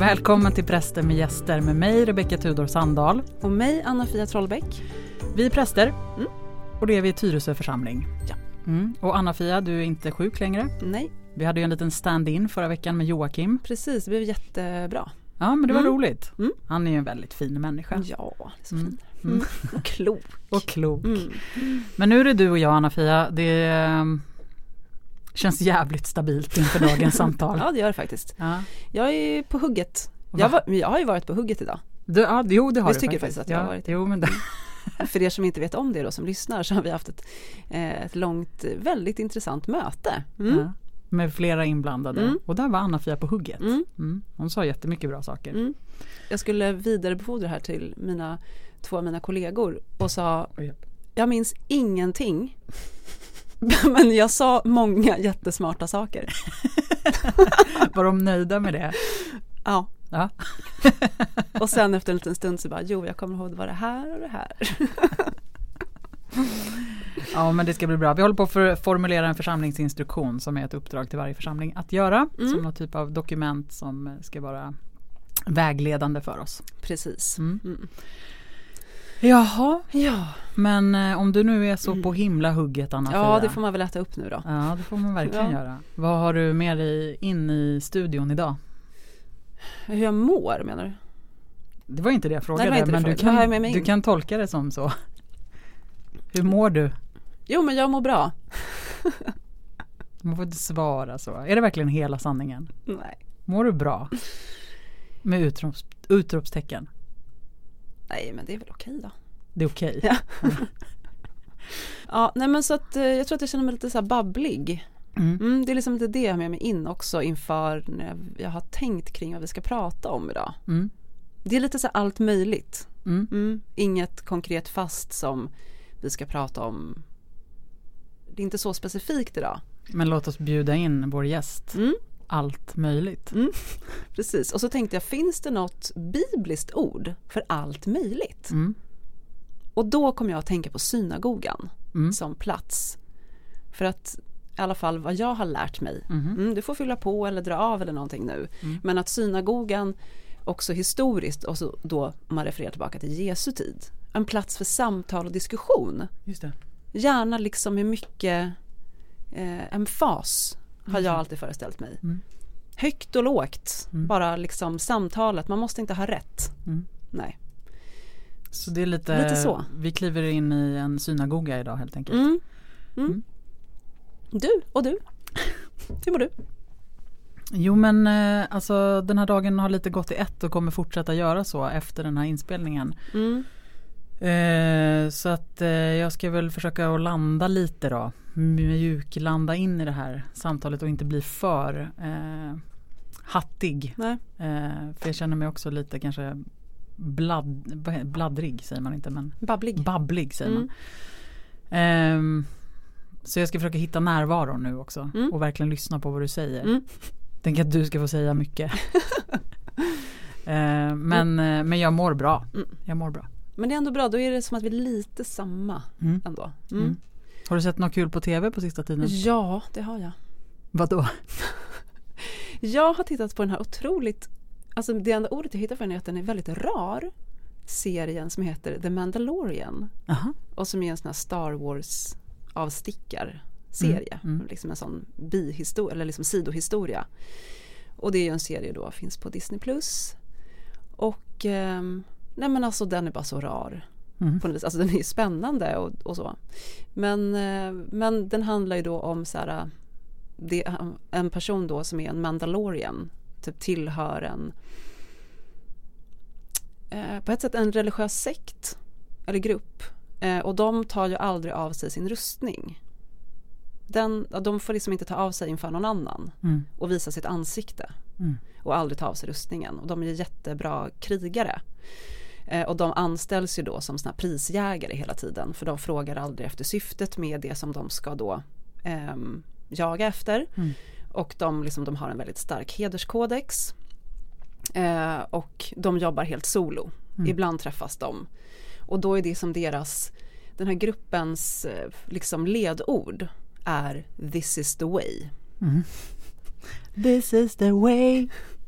Välkommen till Präster med gäster med mig, Rebecka Tudor Sandahl. Och mig, Anna-Fia Trollbäck. Vi är präster och det är vi i Tyresö församling. Ja. Och Anna-Fia, du är inte sjuk längre. Nej. Vi hade ju en liten stand-in förra veckan med Joakim. Precis, det blev jättebra. Ja, men det var roligt. Han är ju en väldigt fin människa. Ja, så fin. Och klok. Och klok. Men nu är det du och jag, Anna-Fia. Det känns jävligt stabilt inför dagens samtal. Ja, det gör det faktiskt. Ja. Jag är på hugget. Jag har ju varit på hugget idag. Jo, det har jag du tycker faktiskt att jag har varit. Jo, men det... För er som inte vet om det då, som lyssnar, så har vi haft ett långt, väldigt intressant möte. Ja, med flera inblandade. Och där var Anna-Fia på hugget. Hon sa jättemycket bra saker. Jag skulle vidarebefordra här till två av mina kollegor och sa, jag minns ingenting. Men jag sa många jättesmarta saker. Var de nöjda med det? Ja. Ja. Och sen efter en liten stund så bara, jag kommer ihåg det var det här och det här. Ja, men det ska bli bra. Vi håller på att formulera en församlingsinstruktion som är ett uppdrag till varje församling att göra. Som någon typ av dokument som ska vara vägledande för oss. Precis. Jaha. Ja. Men om du nu är så på himla hugget, Anna-Fia. Ja, det får man väl äta upp nu då. Ja, det får man verkligen göra. Vad har du med dig in i studion idag? Hur jag mår, menar du? Det var inte det jag frågade, nej, det men du kan tolka det som så. Hur mår du? Jo, men jag mår bra. Man får inte svara så. Är det verkligen hela sanningen? Nej. Mår du bra? Med utropstecken. Nej, men det är väl okej då. Det är okej. Ja. Ja, nej, men så att jag tror att jag känner mig lite så här babblig. Det är liksom lite det jag har med mig in också inför när jag har tänkt kring vad vi ska prata om idag. Det är lite så allt möjligt. Inget konkret fast som vi ska prata om. Det är inte så specifikt idag. Men låt oss bjuda in vår gäst. Allt möjligt. Precis. Och så tänkte jag, finns det något bibliskt ord för allt möjligt? Och då kom jag att tänka på synagogan som plats. För att i alla fall vad jag har lärt mig. Du får fylla på eller dra av eller någonting nu. Men att synagogan också historiskt, och så då man refererar tillbaka till Jesu tid, en plats för samtal och diskussion. Just det. Gärna liksom med mycket emfas har jag alltid föreställt mig. Högt och lågt, bara liksom samtalet, man måste inte ha rätt. Nej. Så det är lite så. Vi kliver in i en synagoga idag helt enkelt. Du, hur mår du? Jo, men alltså den här dagen har lite gått i ett och kommer fortsätta göra så efter den här inspelningen. Så att jag ska väl försöka att landa lite då. Mjuklanda in i det här samtalet och inte bli för hattig. Nej. För jag känner mig också lite kanske bladdrig säger man inte, men babblig säger man. Så jag ska försöka hitta närvaron nu också och verkligen lyssna på vad du säger. Tänk att du ska få säga mycket. Men jag mår bra. Jag mår bra. Men det är ändå bra, då är det som att vi är lite samma ändå. Har du sett något kul på tv på sista tiden? Ja, det har jag. Vadå? Jag har tittat på den här otroligt, alltså det enda ordet jag hittar för den är att den är väldigt rar, serien som heter The Mandalorian. Och som är en sån här Star Wars avstickarserie. Liksom en sån bihistoria, eller liksom sidohistoria. Och det är ju en serie då, finns på Disney+. Och nej, men alltså den är bara så rar på något vis. Alltså den är ju spännande och så. Men den handlar ju då om så här, det är en person då som är en Mandalorian, typ tillhör en på ett sätt en religiös sekt eller grupp. Och de tar ju aldrig av sig sin rustning. De får liksom inte ta av sig inför någon annan och visa sitt ansikte. Och aldrig ta av sig rustningen. Och de är ju jättebra krigare. Och de anställs ju då som såna prisjägare hela tiden. För de frågar aldrig efter syftet med det som de ska då jaga efter. Och de har en väldigt stark hederskodex. Och de jobbar helt solo. Ibland träffas de. Och då är det som den här gruppens liksom ledord är "This is the way". This is the way.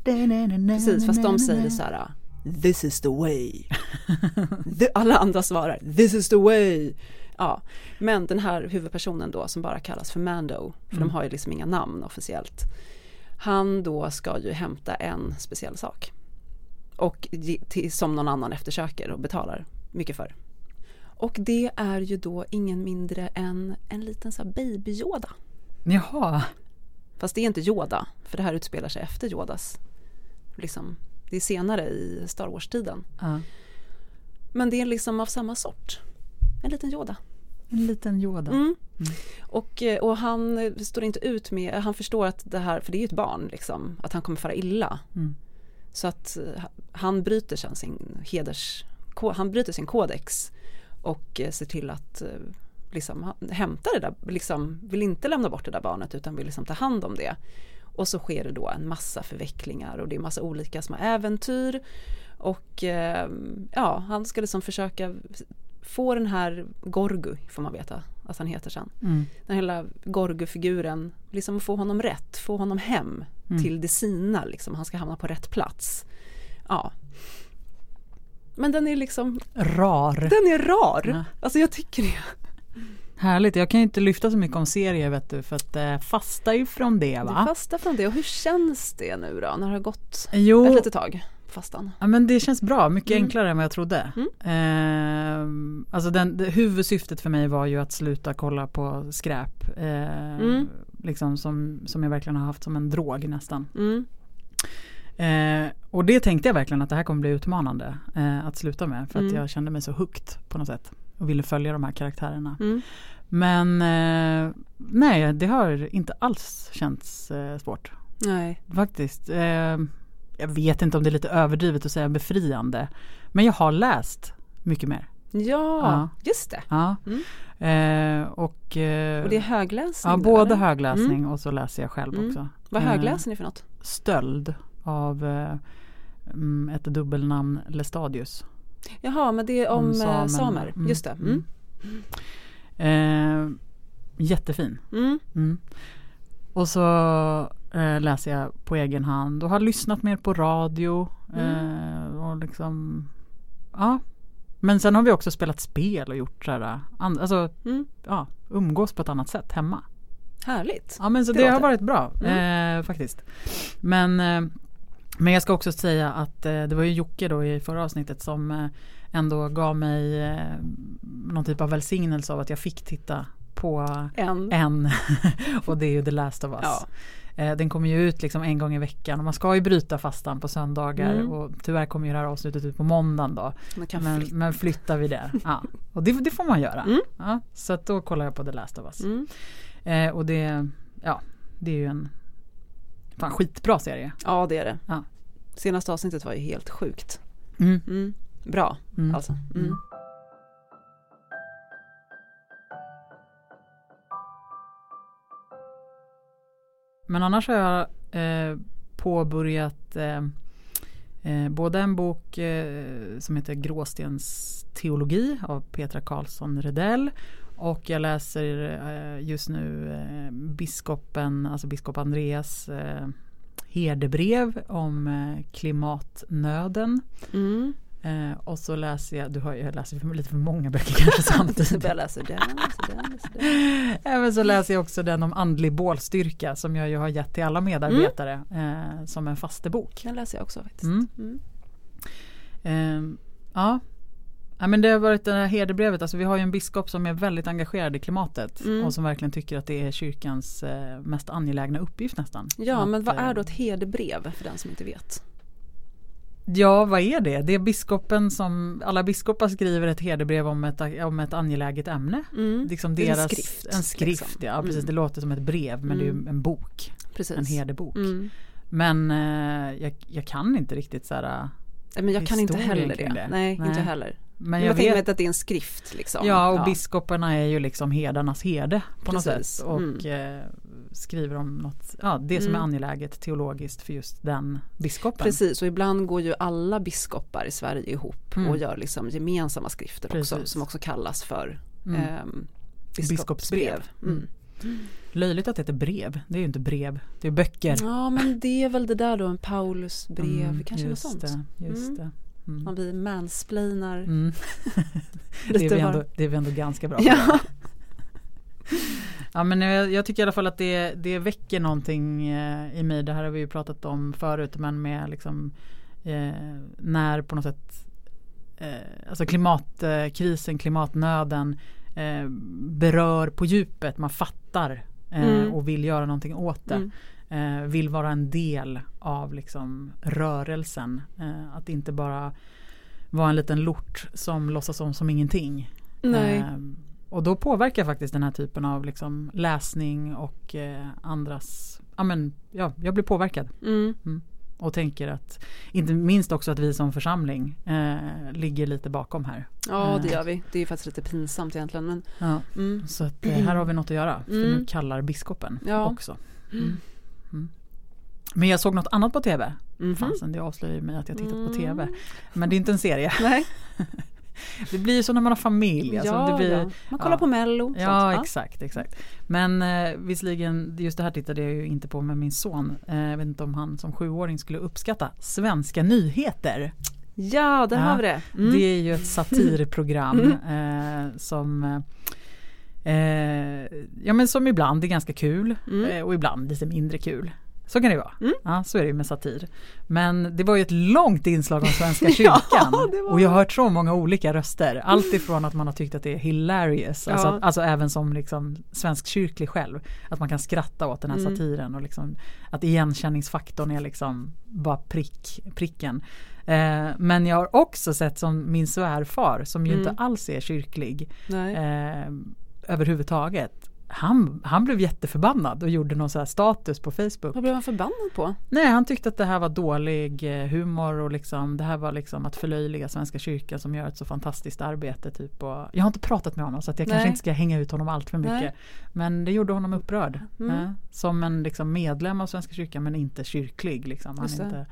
Precis, fast de säger så här: this is the way. Alla andra svarar this is the way. Ja, men den här huvudpersonen då som bara kallas för Mando, för de har ju liksom inga namn officiellt. Han då ska ju hämta en speciell sak och som någon annan eftersöker och betalar mycket för. Och det är ju då ingen mindre än en liten så här baby Yoda. Jaha. Fast det är inte Yoda, för det här utspelar sig efter Yodas. Liksom, det är senare i Star Wars-tiden. Men det är liksom av samma sort. En liten Yoda. En liten Yoda. Och han står inte ut med, han förstår att det här, för det är ju ett barn liksom, att han kommer fara illa. Så att han bryter han bryter sin kodex och ser till att liksom hämta det där, liksom vill inte lämna bort det där barnet utan vill liksom ta hand om det. Och så sker det då en massa förvecklingar och det är massa olika små äventyr och han ska liksom försöka få den här Gorgu, får man veta att han heter sen. Den hela Gorgu-figuren, liksom få honom rätt, få honom hem till det sina, liksom. Han ska hamna på rätt plats. Ja. Men den är liksom rar. Den är rar. Ja. Alltså jag tycker det. Härligt, jag kan ju inte lyfta så mycket om serier vet du, för att fastar ju från det va? Du fastar från det, och hur känns det nu då när det har gått ett litet tag? Fastan. Ja, men det känns bra, mycket enklare än vad jag trodde. Alltså huvudsyftet för mig var ju att sluta kolla på skräp. Liksom som jag verkligen har haft som en drog nästan. Och det tänkte jag verkligen att det här kommer bli utmanande att sluta med. För att jag kände mig så hooked på något sätt. Och ville följa de här karaktärerna. Men nej, det har inte alls känts svårt. Nej. Faktiskt. Jag vet inte om det är lite överdrivet att säga befriande. Men jag har läst mycket mer. Ja. Just det. Ja. Och det är högläsning? Ja, både högläsning och så läser jag själv också. Vad högläser ni för något? Stöld av ett dubbelnamn Lestadius. Jaha, men det är om samer. Just det. Jättefin. Och så läser jag på egen hand och har lyssnat mer på radio och liksom men sen har vi också spelat spel och gjort sådär umgås på ett annat sätt hemma. Härligt. Ja, men så det har varit bra faktiskt. Men jag ska också säga att det var ju Jocke då i förra avsnittet som ändå gav mig någon typ av välsignelse av att jag fick titta på en och det är ju The Last of Us. Ja. Den kommer ju ut liksom en gång i veckan och man ska ju bryta fastan på söndagar och tyvärr kommer ju det här avslutet ut på måndagen då. Men flyttar vi det. Ja. Och det får man göra. Ja, så att då kollar jag på The Last of Us. Och det är ju en skitbra serie. Ja, det är det. Ja. Senaste avsnittet var ju helt sjukt. Bra, alltså. Men annars har jag påbörjat både en bok som heter Gråstens teologi av Petra Karlsson Redell och jag läser just nu biskop Andreas herdebrev om klimatnöden. Och så läser jag läser lite för många böcker kanske samtidigt. Jag läser den. Även så läser jag också den om andlig bålstyrka som jag ju har gett till alla medarbetare som en fastebok. Den läser jag också faktiskt. Ja, men det har varit det här herdebrevet. Alltså vi har ju en biskop som är väldigt engagerad i klimatet och som verkligen tycker att det är kyrkans mest angelägna uppgift nästan. Ja, men vad är då ett herdebrev för den som inte vet? Ja, vad är det? Det är biskopen som alla biskopar skriver ett herdebrev om ett angeläget ämne. Liksom det är deras en skrift liksom. Ja, precis. Det låter som ett brev, men det är ju en bok. Precis. En herdebok. Men jag kan inte riktigt så här. Men jag kan inte heller det. Nej, inte heller. Men jag vet att det är en skrift liksom. Ja, och biskoparna är ju liksom herdarnas herde på något sätt och skriver om något, det som är angeläget teologiskt för just den biskopen. Precis, och ibland går ju alla biskopar i Sverige ihop och gör liksom gemensamma skrifter också, som också kallas för biskopsbrev. Löjligt att det heter brev. Det är ju inte brev, det är böcker. Ja, men det är väl det där då, en Paulus brev, kanske något sånt. Just det. Om vi mansplainar. Det är vi ändå ganska bra på. Ja. Ja, men jag tycker i alla fall att det väcker någonting i mig. Det här har vi ju pratat om förut, men med liksom när på något sätt alltså klimatkrisen, klimatnöden berör på djupet. Man fattar och vill göra någonting åt det. Vill vara en del av liksom rörelsen. Att inte bara vara en liten lort som låtsas som ingenting. Nej. Och då påverkar faktiskt den här typen av liksom läsning och andras... jag blir påverkad. Och tänker att, inte minst också att vi som församling ligger lite bakom här. Ja, det gör vi. Det är ju faktiskt lite pinsamt egentligen. Men, så att, här har vi något att göra. För nu kallar biskopen också. Men jag såg något annat på tv. Det avslöjar mig att jag tittat på tv. Men det är inte en serie. Nej. Det blir så när man har familj. Alltså, det blir, man kollar på Mello. Ja, exakt. Men visserligen, just det här tittade jag ju inte på med min son. Jag vet inte om han som 7-åring skulle uppskatta svenska nyheter. Ja, där har vi det. Det är ju ett satirprogram som... som ibland är ganska kul och ibland lite mindre kul. Så kan det vara. Ja, så är det ju med satir. Men det var ju ett långt inslag om Svenska kyrkan. Och jag har hört så många olika röster. Allt ifrån att man har tyckt att det är hilarious. Alltså även som liksom svensk kyrklig själv. Att man kan skratta åt den här satiren. Och liksom, att igenkänningsfaktorn är liksom bara pricken. Men jag har också sett som min svärfar, som ju inte alls är kyrklig överhuvudtaget. Han blev jätteförbannad och gjorde någon så här status på Facebook. Vad blev han förbannad på? Nej, han tyckte att det här var dålig humor och liksom, det här var liksom att förlöjliga Svenska kyrkan som gör ett så fantastiskt arbete. Typ. Och jag har inte pratat med honom så att jag kanske inte ska hänga ut honom allt för mycket. Nej. Men det gjorde honom upprörd. Som en liksom medlem av Svenska kyrkan men inte kyrklig. Liksom. Han inte...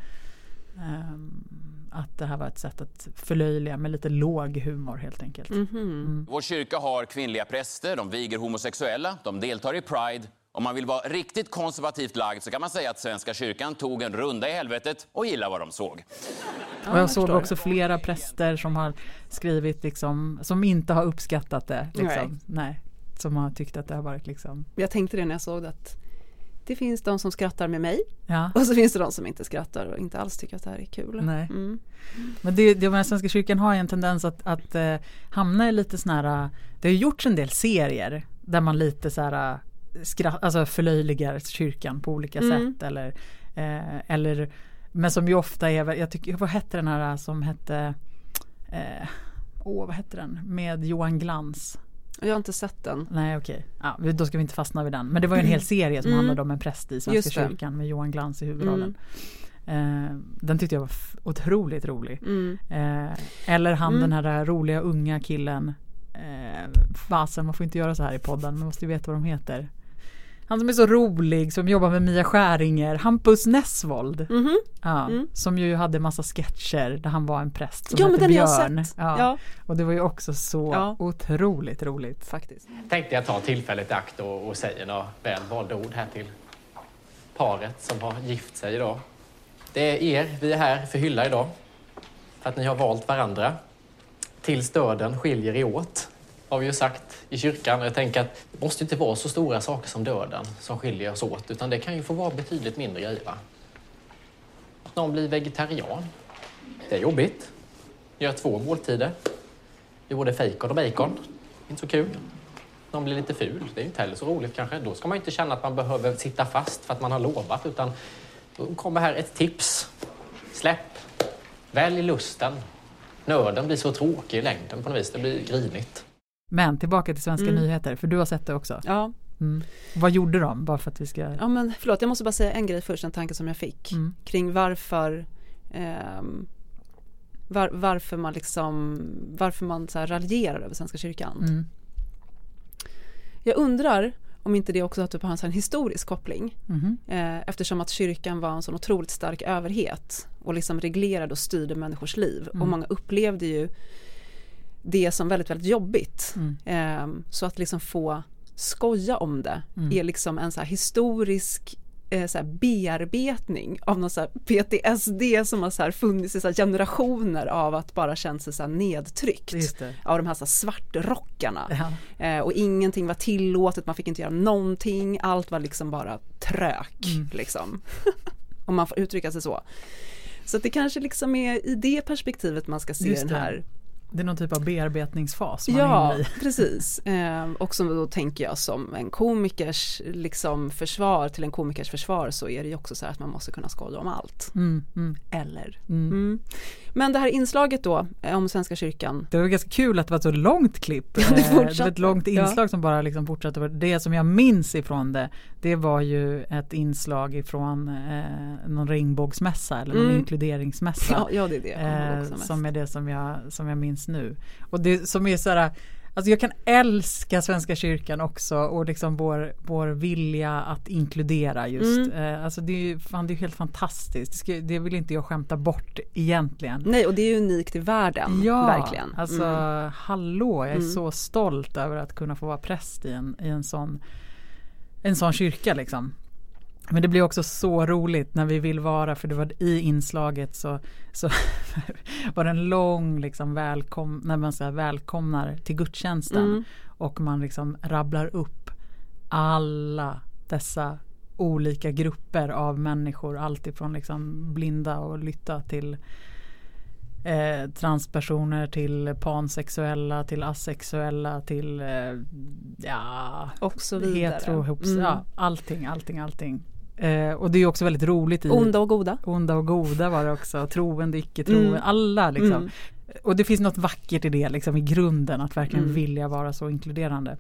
att det här var ett sätt att förlöjliga med lite låg humor helt enkelt. Vår kyrka har kvinnliga präster, de viger homosexuella, de deltar i Pride. Om man vill vara riktigt konservativt lagd så kan man säga att Svenska kyrkan tog en runda i helvetet och gillar vad de såg. Och jag såg också flera präster som har skrivit liksom, som inte har uppskattat det. Liksom. Nej, som har tyckt att det har varit liksom... Jag tänkte det när jag såg det, att det finns de som skrattar med mig och så finns det de som inte skrattar och inte alls tycker att det här är kul. Nej. Men det med Svenska kyrkan har en tendens att hamna i lite sån här, det har gjorts en del serier där man lite så här alltså förlöjligar kyrkan på olika sätt eller men som ju ofta är, jag tycker, vad hette den här som hette vad hette den med Johan Glans? Jag har inte sett den. Nej, okej. Ja, då ska vi inte fastna vid den. Men det var ju en hel serie som handlade om en präst i Svenska kyrkan med Johan Glans i huvudrollen. Den tyckte jag var otroligt rolig. Eller den här roliga unga killen. Fasen, man får inte göra så här i podden. Man måste ju veta vad de heter. Han som är så rolig, som jobbar med Mia Skäringer, Hampus Nessvold. Som ju hade massa sketcher där han var en präst som hette Björn. Och det var ju också så otroligt roligt faktiskt. Tänkte jag ta tillfället i akt och säga några väl valda ord här till paret som har gift sig idag. Det är vi är här för hylla idag. För att ni har valt varandra. Tills döden skiljer er åt. Har vi ju sagt i kyrkan. Jag tänker att det måste inte vara så stora saker som döden som skiljer oss åt. Utan det kan ju få vara betydligt mindre grejer. Att någon blir vegetarian. Det är jobbigt. Gör 2 måltider. Det är både fejkon och bacon. Inte så kul. Någon blir lite ful. Det är inte heller så roligt kanske. Då ska man inte känna att man behöver sitta fast för att man har lovat. Utan då kommer här ett tips. Släpp. Välj lusten. Nörden blir så tråkig i längden på något vis. Det blir grinigt. Men tillbaka till Svenska nyheter, för du har sett det också. Ja. Vad gjorde de? Bara för att vi ska... Ja, men förlåt, jag måste bara säga en grej först, en tanke som jag fick. Kring varför man så här raljerar över Svenska kyrkan. Jag undrar om inte det också har typ en sån historisk koppling. Eftersom att kyrkan var en sån otroligt stark överhet och liksom reglerade och styrde människors liv. Och många upplevde ju det som väldigt, väldigt jobbigt. Så att liksom få skoja om det är liksom en så här historisk så här bearbetning av någon så här PTSD som har så här funnits i så här generationer av att bara känna sig så här nedtryckt av de här, så här svartrockarna. Och ingenting var tillåtet, man fick inte göra någonting, allt var liksom bara trök liksom. Om man får uttrycka sig så. Så att det kanske liksom är i det perspektivet man ska se den här. Det är någon typ av bearbetningsfas man är inne i. Precis. Och som då tänker jag som en komikers liksom försvar till en komikers försvar, så är det ju också så här att man måste kunna skoja om allt. Eller? Men det här inslaget då om Svenska kyrkan. Det var ganska kul att det var ett så långt klipp. Det var ett långt inslag som bara liksom fortsatte. Det som jag minns ifrån det var ju ett inslag ifrån någon regnbågsmässa eller någon inkluderingsmässa. Ja, det är det. Som är det som jag minns nu. Och det som är så här, alltså jag kan älska Svenska kyrkan också och liksom vår vilja att inkludera just. Alltså det är ju helt fantastiskt. Det vill inte jag skämta bort egentligen. Nej, och det är unikt i världen, verkligen. Alltså hallå, jag är så stolt över att kunna få vara präst i en sån kyrka liksom. Men det blir också så roligt när vi vill vara, för det var i inslaget så var det en lång liksom när man så här välkomnar till gudstjänsten och man liksom rabblar upp alla dessa olika grupper av människor, allt ifrån liksom blinda och lytta till transpersoner, till pansexuella, till asexuella, till och så vidare. Allting. Och det är också väldigt roligt i onda och goda var det också, troende, icke-troende, alla liksom. Och det finns något vackert i det liksom, i grunden, att verkligen vilja vara så inkluderande.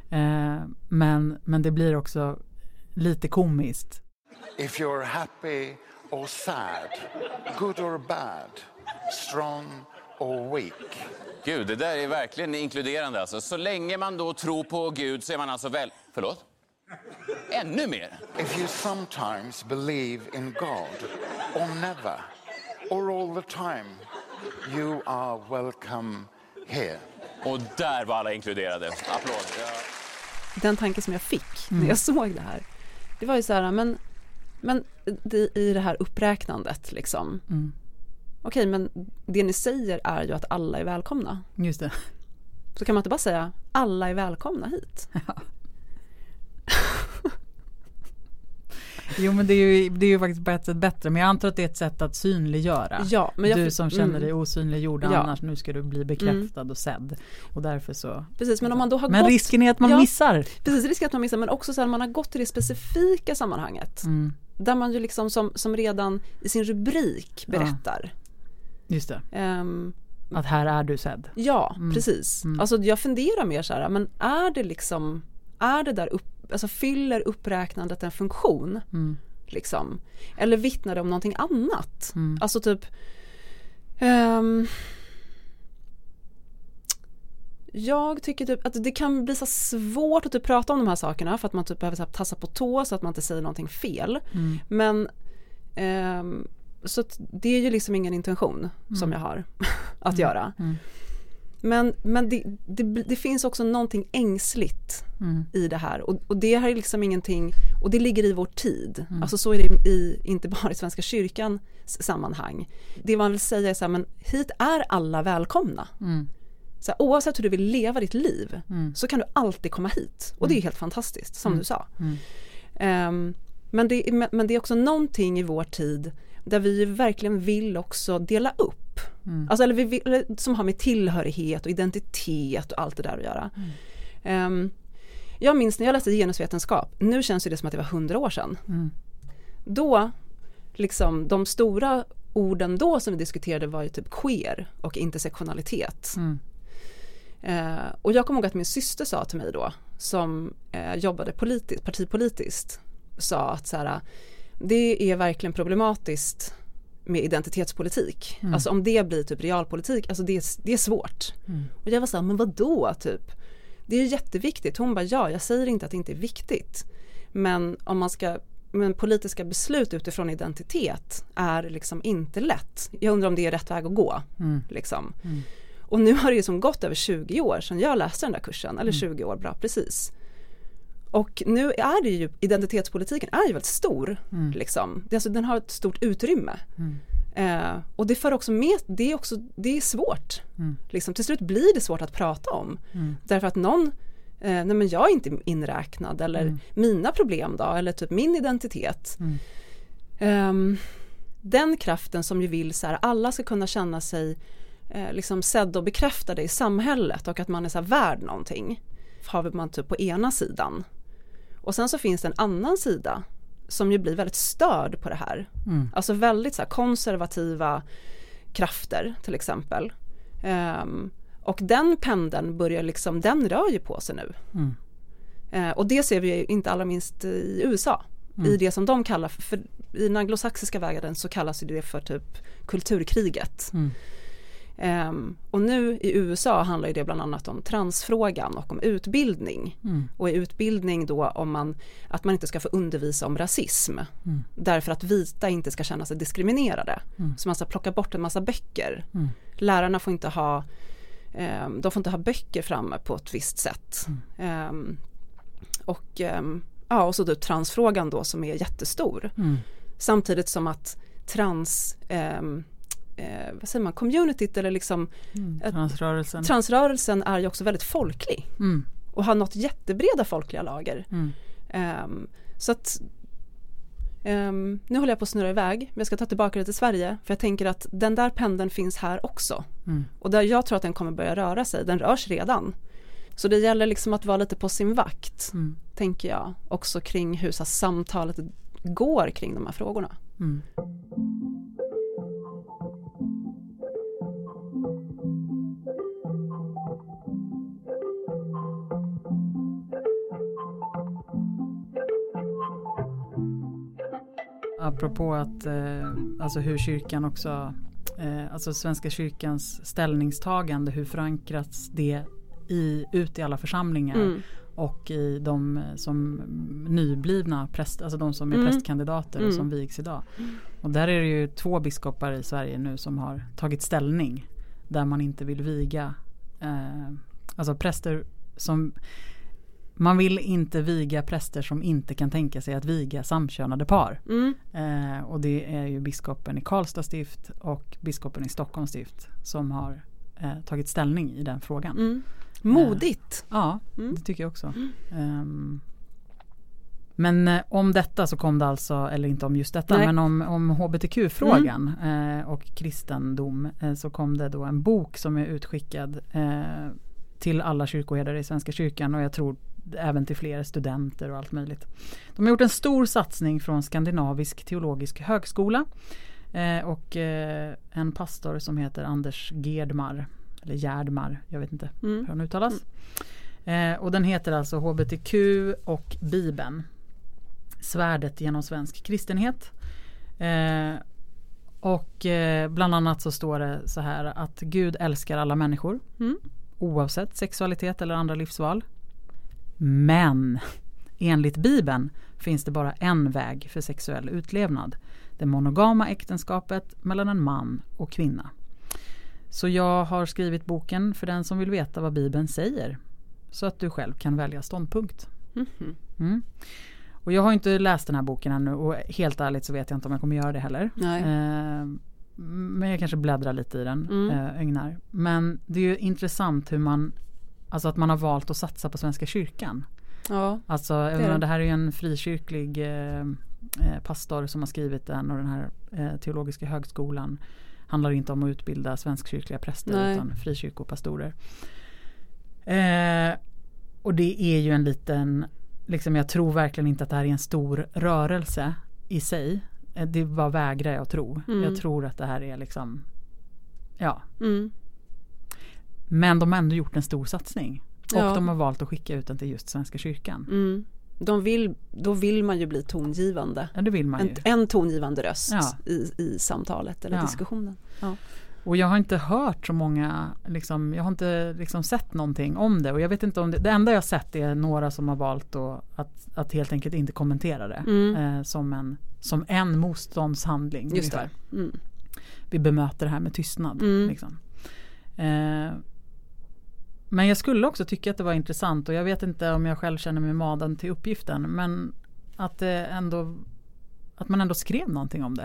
Men det blir också lite komiskt. If you're happy or sad, good or bad, strong or weak. Gud, det där är verkligen inkluderande alltså. Så länge man då tror på Gud så är man alltså Förlåt? Ännu mer. If you sometimes believe in God or never or all the time, you are welcome here. Och där var alla inkluderade. Applåd. Ja. Den tanke som jag fick när jag såg det här, det var ju så här, men i det här uppräknandet liksom. Okej, men det ni säger är ju att alla är välkomna. Just det. Så kan man inte bara säga alla är välkomna hit. Ja. Jo, men det är ju faktiskt på ett sätt bättre. Men jag antar att det är ett sätt att synliggöra. Ja, men du som känner dig osynliggjord, annars nu ska du bli bekräftad och sedd. Och därför så. Precis, men om man då har men risken är att man missar. Precis, risken är att man missar, men också så här, man har gått till det specifika sammanhanget. Där man ju liksom som redan i sin rubrik berättar. Just det. Att här är du sedd. Ja, precis. Alltså jag funderar mer så här, men är det där alltså fyller uppräknandet en funktion liksom, eller vittnar det om någonting annat? Alltså typ jag tycker typ att det kan bli så svårt att typ prata om de här sakerna för att man typ behöver så här tassa på tå så att man inte säger någonting fel. Men så att det är ju liksom ingen intention som jag har att göra. Men det finns också någonting ängsligt i det här. Och det här är liksom ingenting, och det ligger i vår tid. Alltså så är det inte bara i Svenska kyrkans sammanhang. Det man vill säga är så här, men hit är alla välkomna. Så här, oavsett hur du vill leva ditt liv så kan du alltid komma hit. Och det är helt fantastiskt, som du sa. Men det är också någonting i vår tid där vi verkligen vill också dela upp. Alltså, eller som har med tillhörighet och identitet och allt det där att göra. Jag minns när jag läste genusvetenskap, nu känns det som att det var 100 år sedan. Då, liksom de stora orden då som vi diskuterade var ju typ queer och intersektionalitet. Och jag kommer ihåg att min syster sa till mig då, som jobbade partipolitiskt, sa att så här, det är verkligen problematiskt med identitetspolitik. Alltså om det blir typ realpolitik, alltså det är svårt. Och jag var så här, men vadå typ? Det är jätteviktigt. Hon bara, jag säger inte att det inte är viktigt. Men om man ska, men politiska beslut utifrån identitet är liksom inte lätt. Jag undrar om det är rätt väg att gå. Liksom. Och nu har det ju som gått över 20 år sedan jag läste den där kursen. Eller 20 år, bra, precis. Och nu är det ju, identitetspolitiken är ju väldigt stor. Liksom. Den har ett stort utrymme. Och det för också med, det är svårt. Liksom, till slut blir det svårt att prata om. Därför att någon, nej men jag är inte inräknad, eller mina problem då, eller typ min identitet. Den kraften som ju vill så här, alla ska kunna känna sig liksom sedd och bekräftade i samhället, och att man är så här värd någonting, har man typ på ena sidan. Och sen så finns det en annan sida som ju blir väldigt störd på det här. Alltså väldigt så här konservativa krafter till exempel. Och den pendeln börjar liksom, den rör ju på sig nu. Och det ser vi ju inte allra minst i USA. I det som de kallar för i den anglosaxiska världen så kallas det för typ kulturkriget. Och nu i USA handlar ju det bland annat om transfrågan och om utbildning. Och i utbildning då om att man inte ska få undervisa om rasism. Därför att vita inte ska känna sig diskriminerade. Så man ska plocka bort en massa böcker. Lärarna får inte ha de får inte ha böcker framme på ett visst sätt. Och så då transfrågan då som är jättestor. Samtidigt som att vad säger man, communityt eller liksom transrörelsen är ju också väldigt folklig och har nått jättebreda folkliga lager. Så att nu håller jag på att snurra iväg, men jag ska ta tillbaka det till Sverige, för jag tänker att den där pendeln finns här också. Och där jag tror att den kommer börja röra sig, den rörs redan. Så det gäller liksom att vara lite på sin vakt, tänker jag, också kring hur så samtalet går kring de här frågorna. Apropå att alltså hur kyrkan också, alltså Svenska kyrkans ställningstagande, hur förankras det ut i alla församlingar och i de som nyblivna präster, alltså de som är prästkandidater och som vigs idag. Och där är det ju 2 biskopar i Sverige nu som har tagit ställning där man inte vill viga, alltså präster som, man vill inte viga präster som inte kan tänka sig att viga samkönade par. Och det är ju biskopen i Karlstad stift och biskopen i Stockholms stift som har tagit ställning i den frågan. Modigt. Ja, det tycker jag också. Men om detta så kom det alltså, eller inte om just detta, men om hbtq-frågan och kristendom, så kom det då en bok som är utskickad till alla kyrkoherdar i Svenska kyrkan, och jag tror även till fler studenter och allt möjligt. De har gjort en stor satsning från Skandinavisk teologisk högskola och en pastor som heter Anders Gerdmar, eller Gerdmar, jag vet inte hur han uttalas. Och den heter alltså HBTQ och Bibeln, svärdet genom svensk kristenhet. Och bland annat så står det så här att Gud älskar alla människor oavsett sexualitet eller andra livsval. Men enligt Bibeln finns det bara en väg för sexuell utlevnad. Det monogama äktenskapet mellan en man och kvinna. Så jag har skrivit boken för den som vill veta vad Bibeln säger, så att du själv kan välja ståndpunkt. Och jag har inte läst den här boken ännu, och helt ärligt så vet jag inte om jag kommer göra det heller. Men jag kanske bläddrar lite i den, ögnar. Men det är ju intressant hur man, alltså att man har valt att satsa på Svenska kyrkan. Ja, alltså det här är ju en frikyrklig pastor som har skrivit den, och den här teologiska högskolan handlar inte om att utbilda svenskkyrkliga präster utan frikyrkopastorer. Och det är ju en liten, liksom, jag tror verkligen inte att det här är en stor rörelse i sig. Det var vägrar jag tro. Jag tror att det här är liksom, men de har ändå gjort en stor satsning. Och de har valt att skicka ut den till just Svenska kyrkan. Då vill man ju bli tongivande. Ja, det vill man ju. En tongivande röst i samtalet eller diskussionen. Ja. Och jag har inte hört så många, liksom, jag har inte liksom sett någonting om det. Och jag vet inte om det enda jag har sett är några som har valt att helt enkelt inte kommentera det som en motståndshandling. Just det. Vi bemöter det här med tystnad. Liksom. Men jag skulle också tycka att det var intressant, och jag vet inte om jag själv känner mig madan till uppgiften, men att man ändå skrev någonting om det.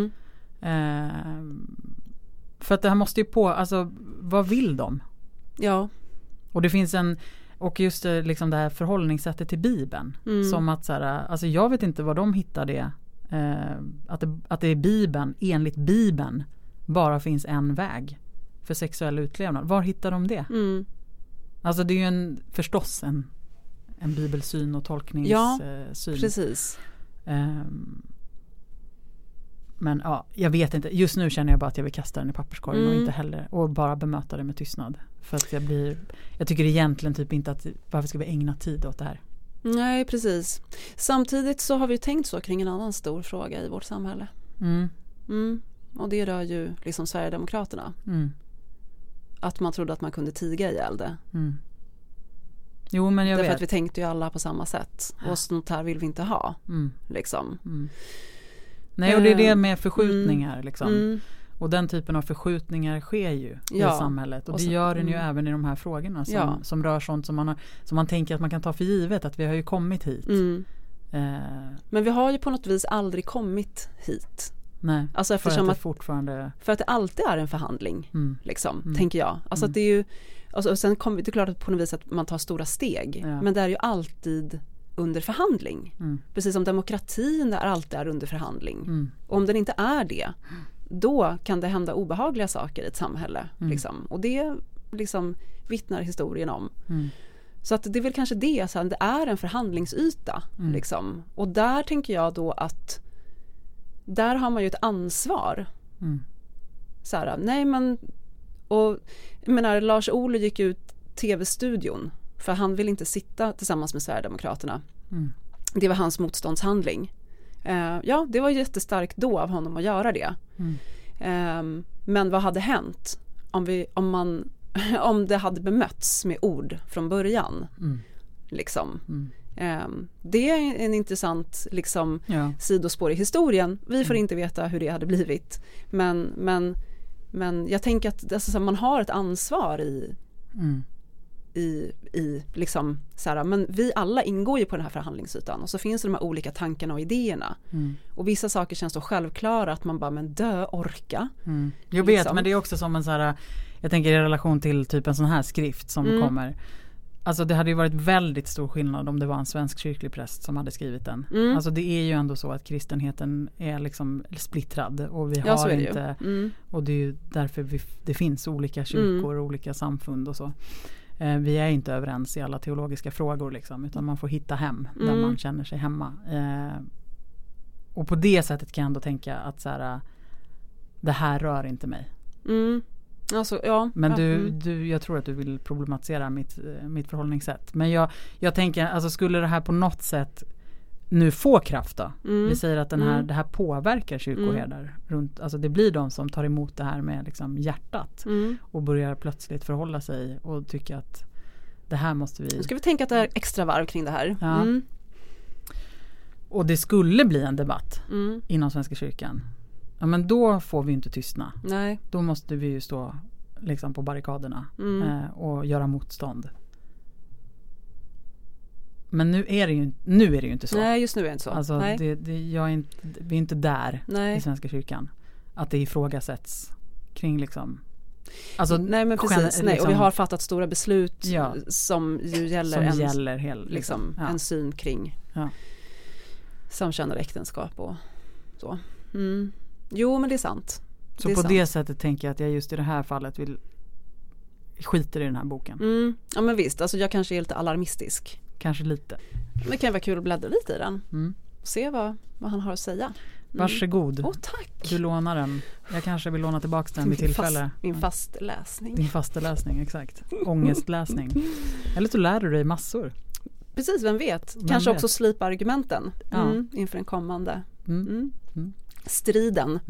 För att det här måste ju alltså vad vill de? Ja. Och det finns och just liksom det här förhållningssättet till Bibeln, som att så här, alltså jag vet inte vad de hittar det, att det är Bibeln, enligt Bibeln bara finns en väg för sexuell utlevnad. Var hittar de det? Alltså det är ju förstås en bibelsyn och tolkningssyn. Ja, precis. Men ja, jag vet inte. Just nu känner jag bara att jag vill kasta den i papperskorgen och inte heller, och bara bemöta det med tystnad. För att jag tycker egentligen typ inte att varför ska vi ägna tid åt det här? Nej, precis. Samtidigt så har vi tänkt så kring en annan stor fråga i vårt samhälle. Och det rör ju liksom Sverigedemokraterna. Att man trodde att man kunde tiga ihjäl det. Jo, men jag vet. Därför att vi tänkte ju alla på samma sätt. Och sånt här vill vi inte ha. Liksom. Nej, och det är det med förskjutningar liksom. Och den typen av förskjutningar sker ju i samhället. Och det gör den ju även i de här frågorna som rör sånt som man tänker att man kan ta för givet, att vi har ju kommit hit. Men vi har ju på något vis aldrig kommit hit. Nej, alltså för att det alltid är en förhandling liksom, tänker jag. Alltså att det är ju, alltså, sen kommer det är klart att på något vis att man tar stora steg, men det är ju alltid under förhandling. Precis som demokratin alltid är under förhandling. Och om den inte är det, då kan det hända obehagliga saker i ett samhälle. Liksom. Och det liksom vittnar historien om. Så att det är väl kanske det, så här, det är en förhandlingsyta. Liksom. Och där tänker jag då att där har man ju ett ansvar. Så här, nej men, och jag menar, Lars Ohly gick ut tv-studion för han vill inte sitta tillsammans med Sverigedemokraterna. Det var hans motståndshandling. Ja, det var jättestarkt då av honom att göra det. Men vad hade hänt om det hade bemötts med ord från början? Liksom. Det är en intressant liksom, sidospår i historien. Vi får inte veta hur det hade blivit. Men jag tänker att alltså, man har ett ansvar i liksom så här, men vi alla ingår ju på den här förhandlingsytan, och så finns det de här olika tankarna och idéerna. Och vissa saker känns så självklara att man bara, men orka. Jag vet, liksom. Men det är också som en så här, jag tänker i relation till typ en sån här skrift som kommer. Alltså det hade ju varit väldigt stor skillnad om det var en svensk kyrklig präst som hade skrivit den. Alltså det är ju ändå så att kristenheten är liksom splittrad, och vi har inte och det är ju därför det finns olika kyrkor och olika samfund och så. Vi är inte överens i alla teologiska frågor liksom, utan man får hitta hem där man känner sig hemma. Och på det sättet kan jag ändå tänka att så här, det här rör inte mig. Alltså, ja. Men jag tror att du vill problematisera mitt förhållningssätt. Men jag tänker, alltså skulle det här på något sätt nu få kraft då? Vi säger att det här påverkar kyrkoherdar runt, alltså det blir de som tar emot det här med liksom hjärtat och börjar plötsligt förhålla sig och tycka att det här måste vi... Nu ska vi tänka att det är extra varv kring det här. Ja. Och det skulle bli en debatt inom Svenska kyrkan. Ja, men då får vi inte tystna. Nej. Då måste vi ju stå liksom på barrikaderna och göra motstånd. Men nu är det ju inte så. Nej, just nu är det inte så. Alltså, vi är inte där i Svenska kyrkan. Att det ifrågasätts kring liksom... Alltså, nej, men precis. Liksom, nej, och vi har fattat stora beslut som ju gäller, liksom, en syn kring samkönade äktenskap och så. Jo, men det är sant. Så det är på det sättet tänker jag att jag just i det här fallet skiter i den här boken. Ja, men visst. Alltså jag kanske är lite alarmistisk. Kanske lite. Men det kan vara kul att bläddra lite i den. Se vad han har att säga. Varsågod. Tack. Du lånar den. Jag kanske vill låna tillbaka den vid tillfälle. Min fasteläsning. Din fasteläsning, exakt. Ångestläsning. Eller så lär du dig massor. Precis, vem vet. Kanske också slipa argumenten inför den kommande striden.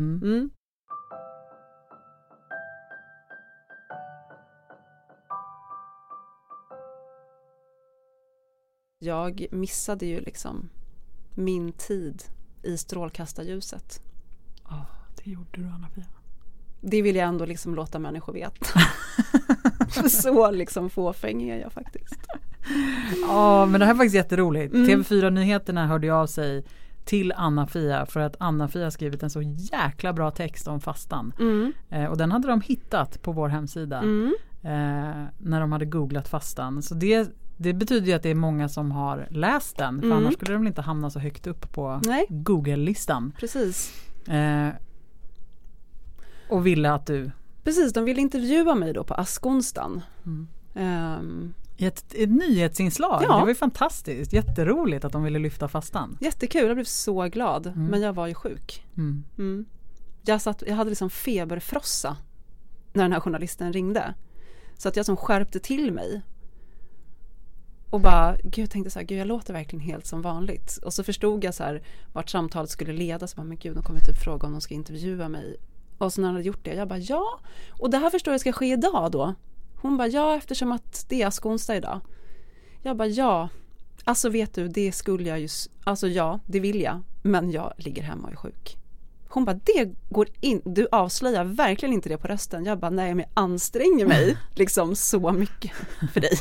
Jag missade ju liksom min tid i strålkastarljuset. Det gjorde du, Anna-Pia. Det vill jag ändå liksom låta människor veta. Så liksom fåfäng är jag faktiskt. Ja, men det här är faktiskt jätteroligt. TV4-nyheterna hörde ju av sig till Anna-Fia för att Anna-Fia har skrivit en så jäkla bra text om fastan. Och den hade de hittat på vår hemsida när de hade googlat fastan. Så det betyder ju att det är många som har läst den, för annars skulle de inte hamna så högt upp på Google-listan. Precis. Och ville att du... Precis, de ville intervjua mig då på Askonstan. I ett nyhetsinslag. Ja. Det var ju fantastiskt. Jätteroligt att de ville lyfta fastan. Jättekul, jag blev så glad. Men jag var ju sjuk. Jag hade liksom feberfrossa när den här journalisten ringde. Så att jag som skärpte till mig. Och bara, tänkte så här, jag låter verkligen helt som vanligt. Och så förstod jag så här, vart samtalet skulle leda. Så bara, men gud, de kommer typ fråga om de ska intervjua mig. Och så när han hade gjort det, jag bara, ja. Och det här förstår jag ska ske idag då. Hon bara, ja, eftersom att det är Askonsdag idag. Jag bara, ja. Alltså vet du, det skulle jag ju... Alltså ja, det vill jag. Men jag ligger hemma och är sjuk. Hon bara, det går in... Du avslöjar verkligen inte det på rösten. Jag bara, nej, men jag anstränger mig liksom så mycket för dig.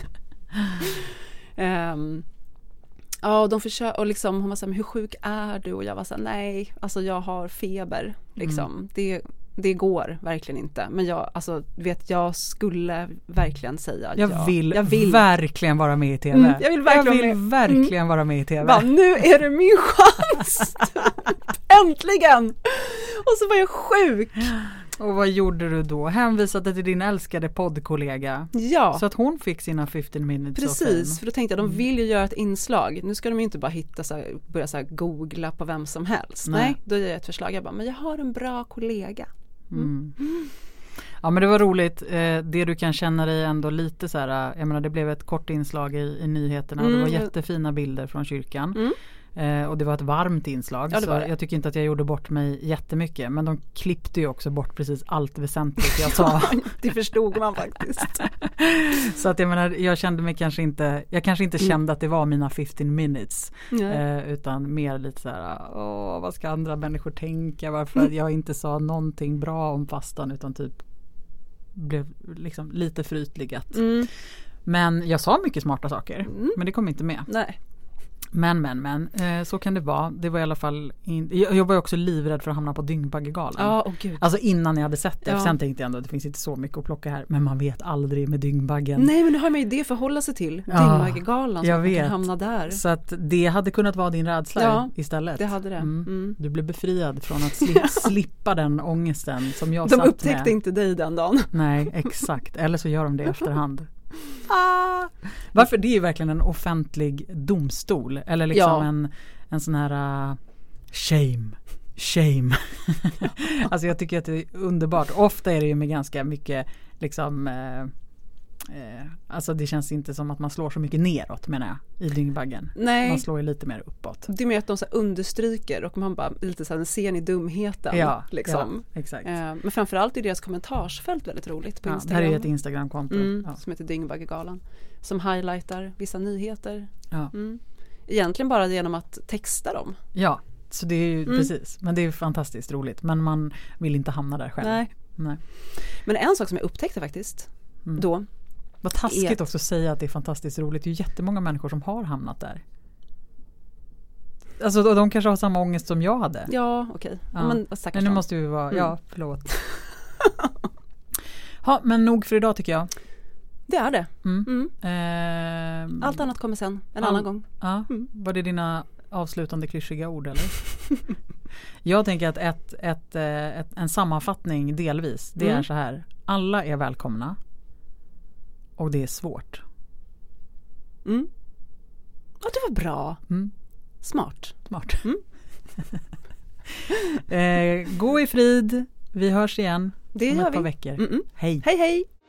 Ja, och de försöker... Och liksom, hon var så här, men hur sjuk är du? Och jag var så här, nej, alltså jag har feber. Liksom. Det går verkligen inte. Men jag skulle verkligen säga jag vill verkligen vara med i TV. Jag vill verkligen vara med i TV. Bara, nu är det min chans. Äntligen. Och så var jag sjuk. Och vad gjorde du då? Hänvisade till din älskade poddkollega. Ja. Så att hon fick sina 15 minutes. Precis, för då tänkte jag, de vill ju göra ett inslag. Nu ska de ju inte bara hitta börja googla på vem som helst. Nej, då gör jag ett förslag. Jag bara, men jag har en bra kollega. Ja, men det var roligt. Det du kan känna dig ändå lite så här, jag menar, det blev ett kort inslag i nyheterna. Det var jättefina bilder från kyrkan. Och det var ett varmt inslag, så jag tycker inte att jag gjorde bort mig jättemycket, men de klippte ju också bort precis allt väsentligt jag sa. Det förstod man faktiskt. Så att jag menar, jag kanske inte kände att det var mina 15 minutes, utan mer lite så här, vad ska andra människor tänka, varför jag inte sa någonting bra om fastan, utan typ blev liksom lite frytligat. Men jag sa mycket smarta saker, men det kom inte med. Nej. Men så kan det vara. Det var i alla fall jag var ju också livrädd för att hamna på Dyngbaggegalan. Alltså innan jag hade sett det. Sen tänkte jag ändå att det finns inte så mycket att plocka här, men man vet aldrig med Dyngbaggen. Nej, men nu har man ju det förhålla sig till. Dyngbaggegalan, så man kan hamna där. Så att det hade kunnat vara din rädsla istället. Det hade det. Du blev befriad från att slippa den ångesten som jag satt med. De upptäckte inte dig den dagen. Nej, exakt. Eller så gör de det i efterhand. Varför? Det är ju verkligen en offentlig domstol, eller liksom en sån här shame. Alltså jag tycker att det är underbart. Ofta är det ju med ganska mycket liksom alltså det känns inte som att man slår så mycket neråt, menar jag, i Dyngbaggen. Nej. Man slår ju lite mer uppåt. Det är mer att de så här understryker och man bara lite så här, ser ni dumheten liksom. Ja, exakt. Men framförallt är deras kommentarsfält väldigt roligt på Instagram. Det här är ett Instagramkonto som heter Dyngbaggegalan, som highlightar vissa nyheter. Egentligen bara genom att texta dem. Ja, så det är ju precis. Men det är ju fantastiskt roligt. Men man vill inte hamna där själv. Nej. Men en sak som jag upptäckte faktiskt då. Vad taskigt också att säga att det är fantastiskt roligt. Det är ju jättemånga människor som har hamnat där. Alltså de kanske har samma ångest som jag hade. Ja, okej. Men nu måste vi vara... Ja, förlåt. Men nog för idag tycker jag. Det är det. Allt annat kommer sen, en annan gång. Ja. Var det dina avslutande klyschiga ord, eller? Jag tänker att en sammanfattning delvis, det är så här. Alla är välkomna. Och det är svårt. Ja, det var bra. Smart. Gå i frid. Vi hörs igen om ett par veckor. Hej, hej.